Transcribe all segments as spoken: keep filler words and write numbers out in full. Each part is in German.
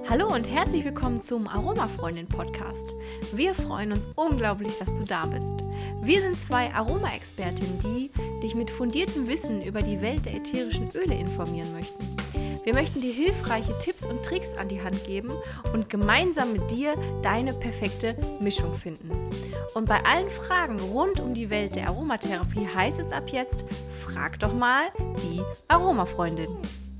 Hallo und herzlich willkommen zum Aromafreundin-Podcast. Wir freuen uns unglaublich, dass du da bist. Wir sind zwei Aroma-Expertinnen, die dich mit fundiertem Wissen über die Welt der ätherischen Öle informieren möchten. Wir möchten dir hilfreiche Tipps und Tricks an die Hand geben und gemeinsam mit dir deine perfekte Mischung finden. Und bei allen Fragen rund um die Welt der Aromatherapie heißt es ab jetzt, frag doch mal die Aromafreundin.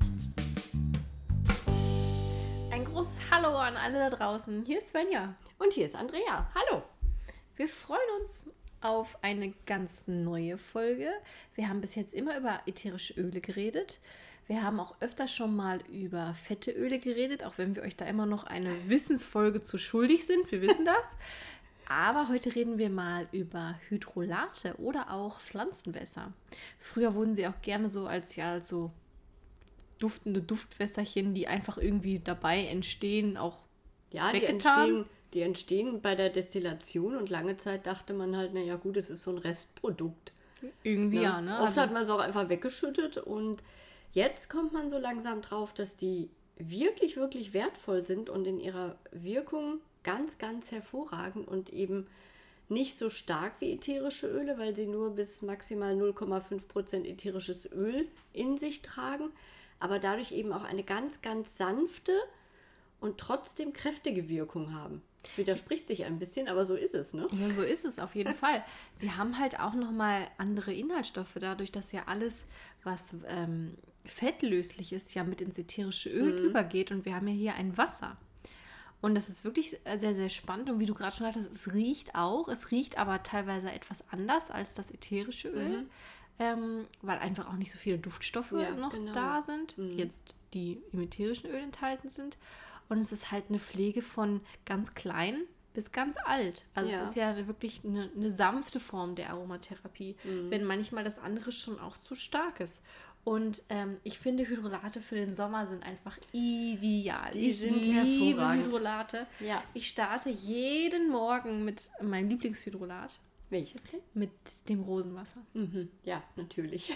Ein großes Hallo an alle da draußen. Hier ist Svenja. Und hier ist Andrea. Hallo. Wir freuen uns auf eine ganz neue Folge. Wir haben bis jetzt immer über ätherische Öle geredet. Wir haben auch öfter schon mal über fette Öle geredet, auch wenn wir euch da immer noch eine Wissensfolge zu schuldig sind. Wir wissen das. Aber heute reden wir mal über Hydrolate oder auch Pflanzenwässer. Früher wurden sie auch gerne so als ja als so duftende Duftwässerchen, die einfach irgendwie dabei entstehen, auch ja, die entstehen, die entstehen bei der Destillation und lange Zeit dachte man halt, naja gut, es ist so ein Restprodukt. Irgendwie ne? ja, ne? Oft Also, hat man es auch einfach weggeschüttet und jetzt kommt man so langsam drauf, dass die wirklich, wirklich wertvoll sind und in ihrer Wirkung ganz, ganz hervorragend und eben nicht so stark wie ätherische Öle, weil sie nur bis maximal null Komma fünf Prozent ätherisches Öl in sich tragen, aber dadurch eben auch eine ganz, ganz sanfte und trotzdem kräftige Wirkung haben. Das widerspricht sich ein bisschen, aber so ist es, ne? Ja, so ist es auf jeden Fall. Sie haben halt auch nochmal andere Inhaltsstoffe, dadurch, dass ja alles, was ähm, fettlöslich ist, ja mit ins ätherische Öl Mhm. übergeht und wir haben ja hier ein Wasser. Und das ist wirklich sehr, sehr spannend und wie du gerade schon sagtest, es riecht auch, es riecht aber teilweise etwas anders als das ätherische Öl. Mhm. Ähm, weil einfach auch nicht so viele Duftstoffe Ja, noch genau. da sind, Mhm. jetzt die im ätherischen Öl enthalten sind. Und es ist halt eine Pflege von ganz klein bis ganz alt. Also Ja. es ist ja wirklich eine, eine sanfte Form der Aromatherapie, Mhm. wenn manchmal das andere schon auch zu stark ist. Und ähm, ich finde, Hydrolate für den Sommer sind einfach ideal. Die ich sind liebe hervorragend. Hydrolate. Ja. Ich starte jeden Morgen mit meinem Lieblingshydrolat, Welches denn? mit dem Rosenwasser. Mhm. Ja, natürlich.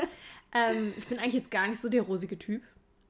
Ähm, ich bin eigentlich jetzt gar nicht so der rosige Typ,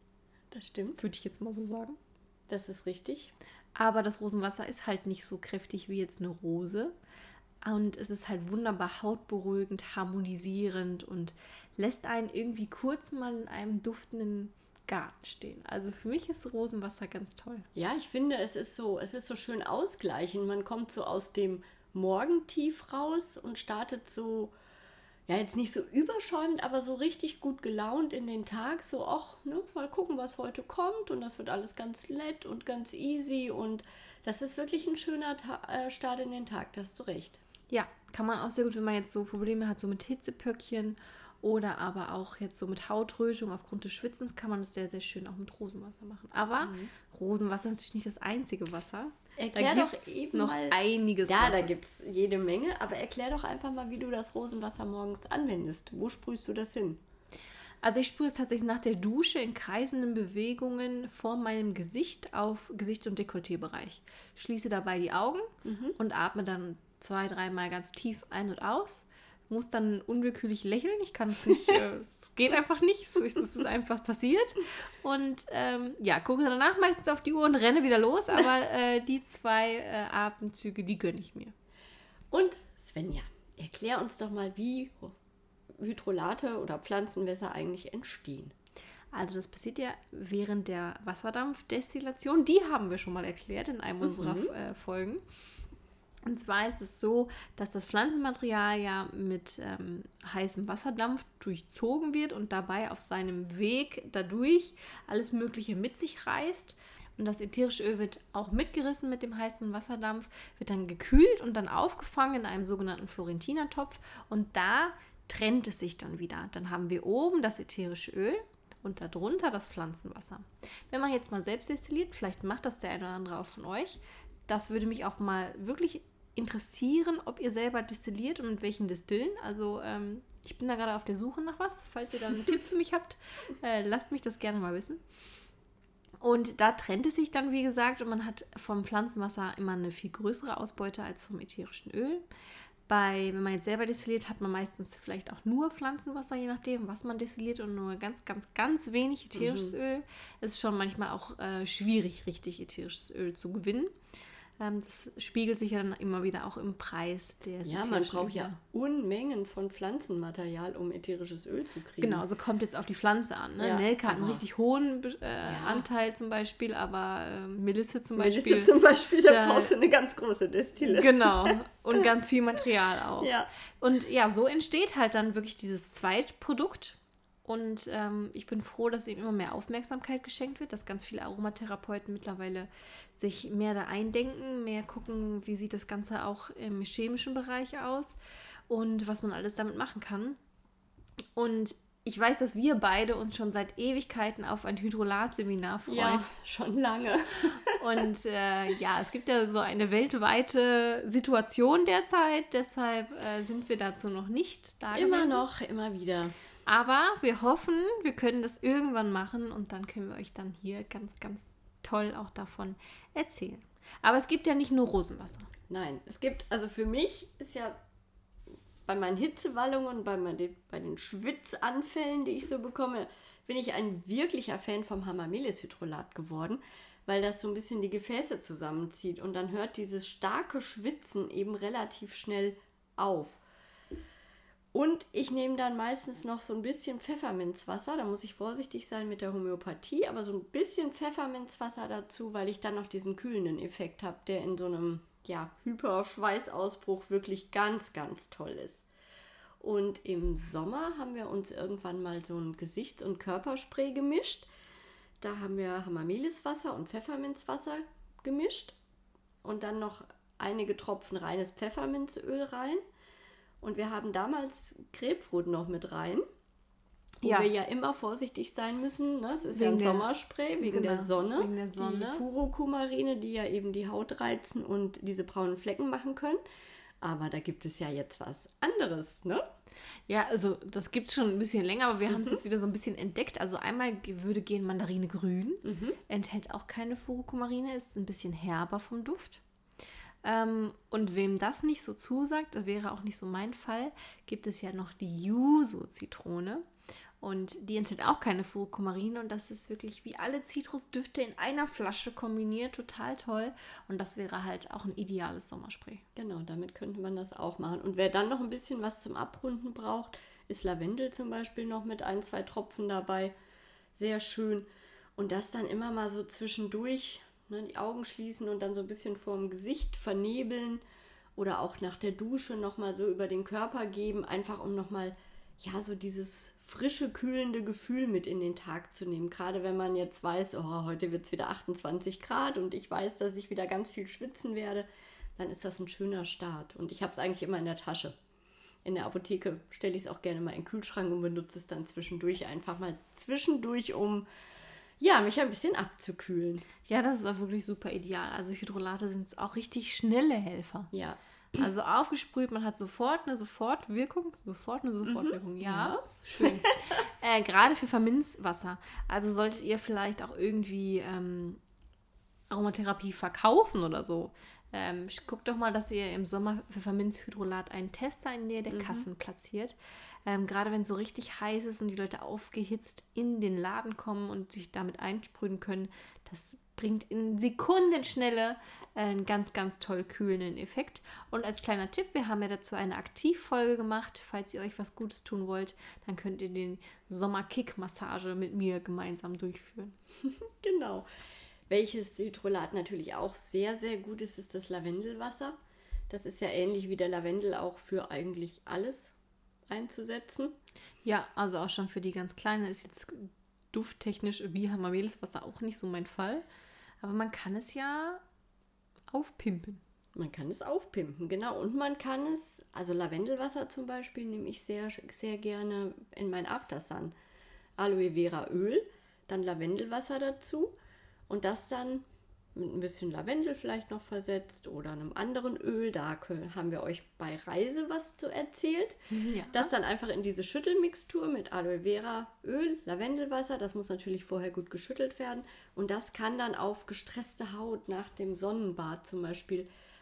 Das stimmt. würde ich jetzt mal so sagen. Das ist richtig. Aber das Rosenwasser ist halt nicht so kräftig wie jetzt eine Rose. Und es ist halt wunderbar hautberuhigend, harmonisierend und lässt einen irgendwie kurz mal in einem duftenden Garten stehen. Also für mich ist Rosenwasser ganz toll. Ja, ich finde, es ist so, es ist so schön ausgleichend. Man kommt so aus dem Morgentief raus und startet so, ja, jetzt nicht so überschäumend, aber so richtig gut gelaunt in den Tag. So, ach, ne, mal gucken, was heute kommt. Und das wird alles ganz nett und ganz easy. Und das ist wirklich ein schöner Ta- äh, Start in den Tag, da hast du recht. Ja, kann man auch sehr gut, wenn man jetzt so Probleme hat, so mit Hitzepöckchen oder aber auch jetzt so mit Hautrötung aufgrund des Schwitzens, kann man das sehr, sehr schön auch mit Rosenwasser machen. Aber Rosenwasser ist natürlich nicht das einzige Wasser. Erklär da doch gibt's eben noch mal- einiges. Ja, was da es- gibt es jede Menge. Aber erklär doch einfach mal, wie du das Rosenwasser morgens anwendest. Wo sprühst du das hin? Also ich sprühe es tatsächlich nach der Dusche in kreisenden Bewegungen vor meinem Gesicht auf Gesicht- und Dekolletébereich. Schließe dabei die Augen und atme dann zwei, dreimal ganz tief ein und aus. Muss dann unwillkürlich lächeln. Ich kann es nicht, äh, es geht einfach nicht. Es ist, es ist einfach passiert. Und ähm, ja, gucke danach meistens auf die Uhr und renne wieder los. Aber äh, die zwei äh, Atemzüge, die gönne ich mir. Und Svenja, erklär uns doch mal, wie Hydrolate oder Pflanzenwässer eigentlich entstehen. Also das passiert ja während der Wasserdampfdestillation. Die haben wir schon mal erklärt in einem unserer äh, Folgen. Und zwar ist es so, dass das Pflanzenmaterial ja mit ähm, heißem Wasserdampf durchzogen wird und dabei auf seinem Weg dadurch alles Mögliche mit sich reißt. Und das ätherische Öl wird auch mitgerissen mit dem heißen Wasserdampf, wird dann gekühlt und dann aufgefangen in einem sogenannten Florentinertopf. Und da trennt es sich dann wieder. Dann haben wir oben das ätherische Öl und darunter das Pflanzenwasser. Wenn man jetzt mal selbst destilliert, vielleicht macht das der eine oder andere auch von euch, das würde mich auch mal wirklich interessieren, ob ihr selber destilliert und mit welchen Destillen. Also ähm, ich bin da gerade auf der Suche nach was. Falls ihr da einen Tipp für mich habt, äh, lasst mich das gerne mal wissen. Und da trennt es sich dann, wie gesagt, und man hat vom Pflanzenwasser immer eine viel größere Ausbeute als vom ätherischen Öl. Bei, wenn man jetzt selber destilliert, hat man meistens vielleicht auch nur Pflanzenwasser, je nachdem, was man destilliert und nur ganz, ganz, ganz wenig ätherisches mhm. Öl. Es ist schon manchmal auch äh, schwierig, richtig ätherisches Öl zu gewinnen. Ähm, das spiegelt sich ja dann immer wieder auch im Preis des Ja, man braucht ja Unmengen von Pflanzenmaterial, um ätherisches Öl zu kriegen. Genau, so kommt jetzt auf die Pflanze an. Ne? Ja, Nelke hat einen richtig hohen äh, ja. Anteil zum Beispiel, aber äh, Melisse zum Beispiel... Melisse zum Beispiel, da, da brauchst du eine ganz große Destille. Genau, und ganz viel Material auch. Ja. Und ja, so entsteht halt dann wirklich dieses Zweitprodukt. Und ähm, ich bin froh, dass ihm immer mehr Aufmerksamkeit geschenkt wird, dass ganz viele Aromatherapeuten mittlerweile sich mehr da eindenken, mehr gucken, wie sieht das Ganze auch im chemischen Bereich aus und was man alles damit machen kann. Und ich weiß, dass wir beide uns schon seit Ewigkeiten auf ein Hydrolat-Seminar freuen. Ja, schon lange. Und äh, ja, es gibt ja so eine weltweite Situation derzeit, deshalb äh, sind wir dazu noch nicht da Immer gewesen. noch, immer wieder. Aber wir hoffen, wir können das irgendwann machen und dann können wir euch dann hier ganz, ganz toll auch davon erzählen. Aber es gibt ja nicht nur Rosenwasser. Nein, es gibt, also für mich ist ja bei meinen Hitzewallungen, bei, meinen, bei den Schwitzanfällen, die ich so bekomme, bin ich ein wirklicher Fan vom Hamamelis-Hydrolat geworden, weil das so ein bisschen die Gefäße zusammenzieht und dann hört dieses starke Schwitzen eben relativ schnell auf. Und ich nehme dann meistens noch so ein bisschen Pfefferminzwasser. Da muss ich vorsichtig sein mit der Homöopathie, aber so ein bisschen Pfefferminzwasser dazu, weil ich dann noch diesen kühlenden Effekt habe, der in so einem ja, Hyperschweißausbruch wirklich ganz, ganz toll ist. Und im Sommer haben wir uns irgendwann mal so ein Gesichts- und Körperspray gemischt. Da haben wir Hamameliswasser und Pfefferminzwasser gemischt und dann noch einige Tropfen reines Pfefferminzöl rein. Und wir haben damals Grapefruit noch mit rein, wo ja. wir ja immer vorsichtig sein müssen. Ne? Es ist wegen ja ein der, Sommerspray, wegen, genau, der Sonne. Wegen der Sonne. Die Furokumarine, die ja eben die Haut reizen und diese braunen Flecken machen können. Aber da gibt es ja jetzt was anderes, ne? Ja, also das gibt es schon ein bisschen länger, aber wir mhm. haben es jetzt wieder so ein bisschen entdeckt. Also einmal würde gehen Mandarine grün, mhm. enthält auch keine Furokumarine, ist ein bisschen herber vom Duft. Ähm, und wem das nicht so zusagt, das wäre auch nicht so mein Fall, gibt es ja noch die Yuzu-Zitrone. Und die enthält auch keine Furokumarine und das ist wirklich wie alle Zitrusdüfte in einer Flasche kombiniert, total toll. Und das wäre halt auch ein ideales Sommerspray. Genau, damit könnte man das auch machen. Und wer dann noch ein bisschen was zum Abrunden braucht, ist Lavendel zum Beispiel noch mit ein, zwei Tropfen dabei. Sehr schön. Und das dann immer mal so zwischendurch, ne, die Augen schließen und dann so ein bisschen vorm Gesicht vernebeln oder auch nach der Dusche nochmal so über den Körper geben, einfach um nochmal, ja, so dieses frische, kühlende Gefühl mit in den Tag zu nehmen. Gerade wenn man jetzt weiß, oh, heute wird es wieder achtundzwanzig Grad und ich weiß, dass ich wieder ganz viel schwitzen werde, dann ist das ein schöner Start. Und ich habe es eigentlich immer in der Tasche. In der Apotheke stelle ich es auch gerne mal in den Kühlschrank und benutze es dann zwischendurch, einfach mal zwischendurch, um ja, mich ein bisschen abzukühlen. Ja, das ist auch wirklich super ideal. Also Hydrolate sind auch richtig schnelle Helfer. Ja. Also aufgesprüht, man hat sofort eine Sofortwirkung. Sofort eine Sofortwirkung, mhm. ja. ja. Ist schön. äh, gerade für Verminzwasser. Also solltet ihr vielleicht auch irgendwie ähm, Aromatherapie verkaufen oder so. Ähm, guckt doch mal, dass ihr im Sommer für Verminzhydrolat einen Tester in Nähe der mhm. Kassen platziert. Ähm, gerade wenn es so richtig heiß ist und die Leute aufgehitzt in den Laden kommen und sich damit einsprühen können, das bringt in Sekundenschnelle äh, einen ganz, ganz toll kühlenden Effekt. Und als kleiner Tipp, wir haben ja dazu eine Aktivfolge gemacht. Falls ihr euch was Gutes tun wollt, dann könnt ihr den Sommerkick-Massage mit mir gemeinsam durchführen. Genau. Welches Hydrolat natürlich auch sehr, sehr gut ist, ist das Lavendelwasser. Das ist ja ähnlich wie der Lavendel auch für eigentlich alles einzusetzen. Ja, also auch schon für die ganz Kleinen ist jetzt dufttechnisch wie Hamameliswasser auch nicht so mein Fall. Aber man kann es ja aufpimpen. Man kann es aufpimpen, genau. Und man kann es, also Lavendelwasser zum Beispiel, nehme ich sehr, sehr gerne in mein Aftersun. Aloe Vera Öl, dann Lavendelwasser dazu und das dann mit ein bisschen Lavendel vielleicht noch versetzt oder einem anderen Öl. Da können, haben wir euch bei Reise was zu erzählt. Ja. Das dann einfach in diese Schüttelmixtur mit Aloe Vera Öl, Lavendelwasser. Das muss natürlich vorher gut geschüttelt werden. Und das kann dann auf gestresste Haut nach dem Sonnenbad zum Beispiel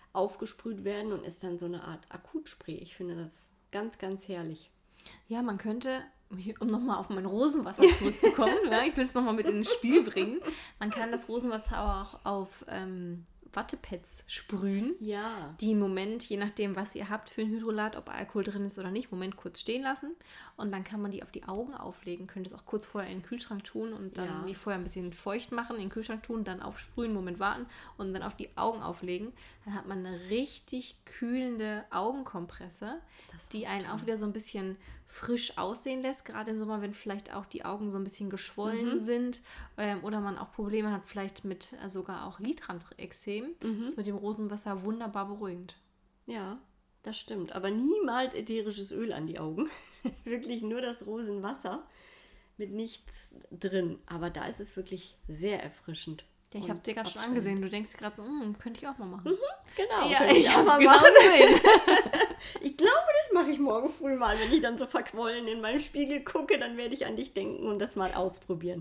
aufgesprüht werden und ist dann so eine Art Akutspray. Ich finde das ganz, ganz herrlich. Ja, man könnte, um nochmal auf mein Rosenwasser zurückzukommen, ja, ich will es nochmal mit ins Spiel bringen, man kann das Rosenwasser auch auf ähm, Wattepads sprühen, Ja. die im Moment, je nachdem, was ihr habt für ein Hydrolat, ob Alkohol drin ist oder nicht, im Moment kurz stehen lassen und dann kann man die auf die Augen auflegen, könnt es auch kurz vorher in den Kühlschrank tun und dann Ja. die vorher ein bisschen feucht machen, in den Kühlschrank tun, dann aufsprühen, einen Moment warten und dann auf die Augen auflegen. Dann hat man eine richtig kühlende Augenkompresse, die einen auch wieder so ein bisschen frisch aussehen lässt, gerade im Sommer, wenn vielleicht auch die Augen so ein bisschen geschwollen Mhm. sind ähm, oder man auch Probleme hat, vielleicht mit äh, sogar auch Lidrandexem. Mhm. Das ist mit dem Rosenwasser wunderbar beruhigend. Ja, das stimmt. Aber niemals ätherisches Öl an die Augen. Wirklich nur das Rosenwasser mit nichts drin. Aber da ist es wirklich sehr erfrischend. Ja, ich und habe es dir gerade schon abschwellend. angesehen. Du denkst gerade so, "Hm, könnte ich auch mal machen. Genau. Ja, könnte ich auch habe mal es genau machen. gesehen. Ich glaube, das mache ich morgen früh mal. Wenn ich dann so verquollen in meinen Spiegel gucke, dann werde ich an dich denken und das mal ausprobieren.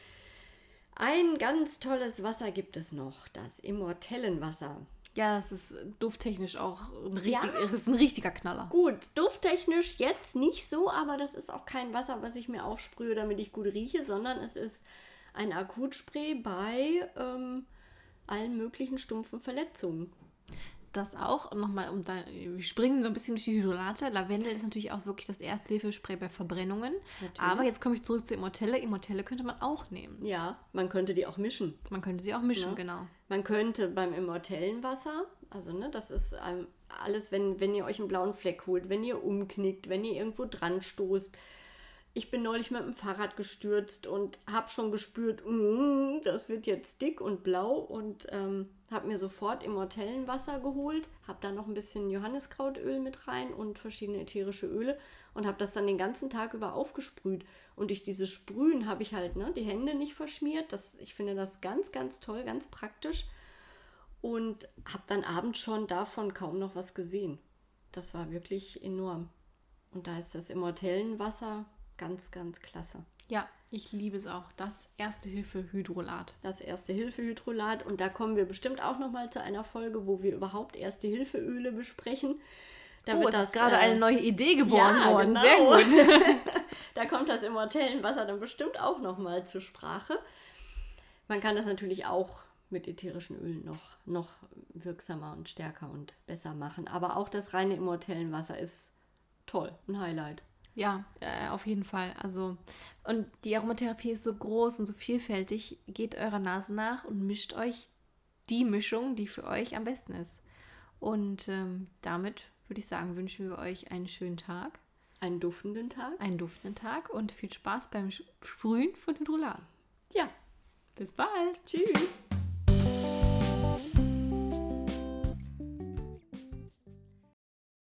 Ein ganz tolles Wasser gibt es noch, das Immortellenwasser. Ja, das ist dufttechnisch auch ein, richtig, Ja. das ist ein richtiger Knaller. Gut, dufttechnisch jetzt nicht so, aber das ist auch kein Wasser, was ich mir aufsprühe, damit ich gut rieche, sondern es ist ein Akutspray bei ähm, allen möglichen stumpfen Verletzungen. Das auch, und nochmal, um da, wir springen so ein bisschen durch die Hydrolate. Lavendel ist natürlich auch wirklich das Ersthilfespray bei Verbrennungen. Natürlich. Aber jetzt komme ich zurück zur Immortelle. Immortelle könnte man auch nehmen. Ja, man könnte die auch mischen. Man könnte sie auch mischen, Ja. genau. Man könnte beim Immortellenwasser, also ne, das ist ähm, alles, wenn, wenn ihr euch einen blauen Fleck holt, wenn ihr umknickt, wenn ihr irgendwo dran stoßt. Ich bin neulich mit dem Fahrrad gestürzt und habe schon gespürt, mm, das wird jetzt dick und blau und ähm, habe mir sofort Immortellenwasser geholt, habe da noch ein bisschen Johanniskrautöl mit rein und verschiedene ätherische Öle und habe das dann den ganzen Tag über aufgesprüht. Und durch dieses Sprühen habe ich halt ne, die Hände nicht verschmiert. Das, ich finde das ganz, ganz toll, ganz praktisch und habe dann abends schon davon kaum noch was gesehen. Das war wirklich enorm. Und da ist das Immortellenwasser ganz, ganz klasse. Ja, ich liebe es auch. Das Erste-Hilfe-Hydrolat. Das Erste-Hilfe-Hydrolat. Und da kommen wir bestimmt auch nochmal zu einer Folge, wo wir überhaupt Erste-Hilfe-Öle besprechen. Da Oh, wird es das, ist gerade äh, eine neue Idee geboren ja, worden. genau. Sehr gut. Da kommt das Immortellenwasser dann bestimmt auch nochmal zur Sprache. Man kann das natürlich auch mit ätherischen Ölen noch, noch wirksamer und stärker und besser machen. Aber auch das reine Immortellenwasser ist toll, ein Highlight. Ja, äh, auf jeden Fall. Also, und die Aromatherapie ist so groß und so vielfältig. Geht eurer Nase nach und mischt euch die Mischung, die für euch am besten ist. Und ähm, damit würde ich sagen, wünschen wir euch einen schönen Tag, Einen duftenden Tag. einen duftenden Tag und viel Spaß beim Sprühen von Hydrolat. Ja, Bis bald. tschüss.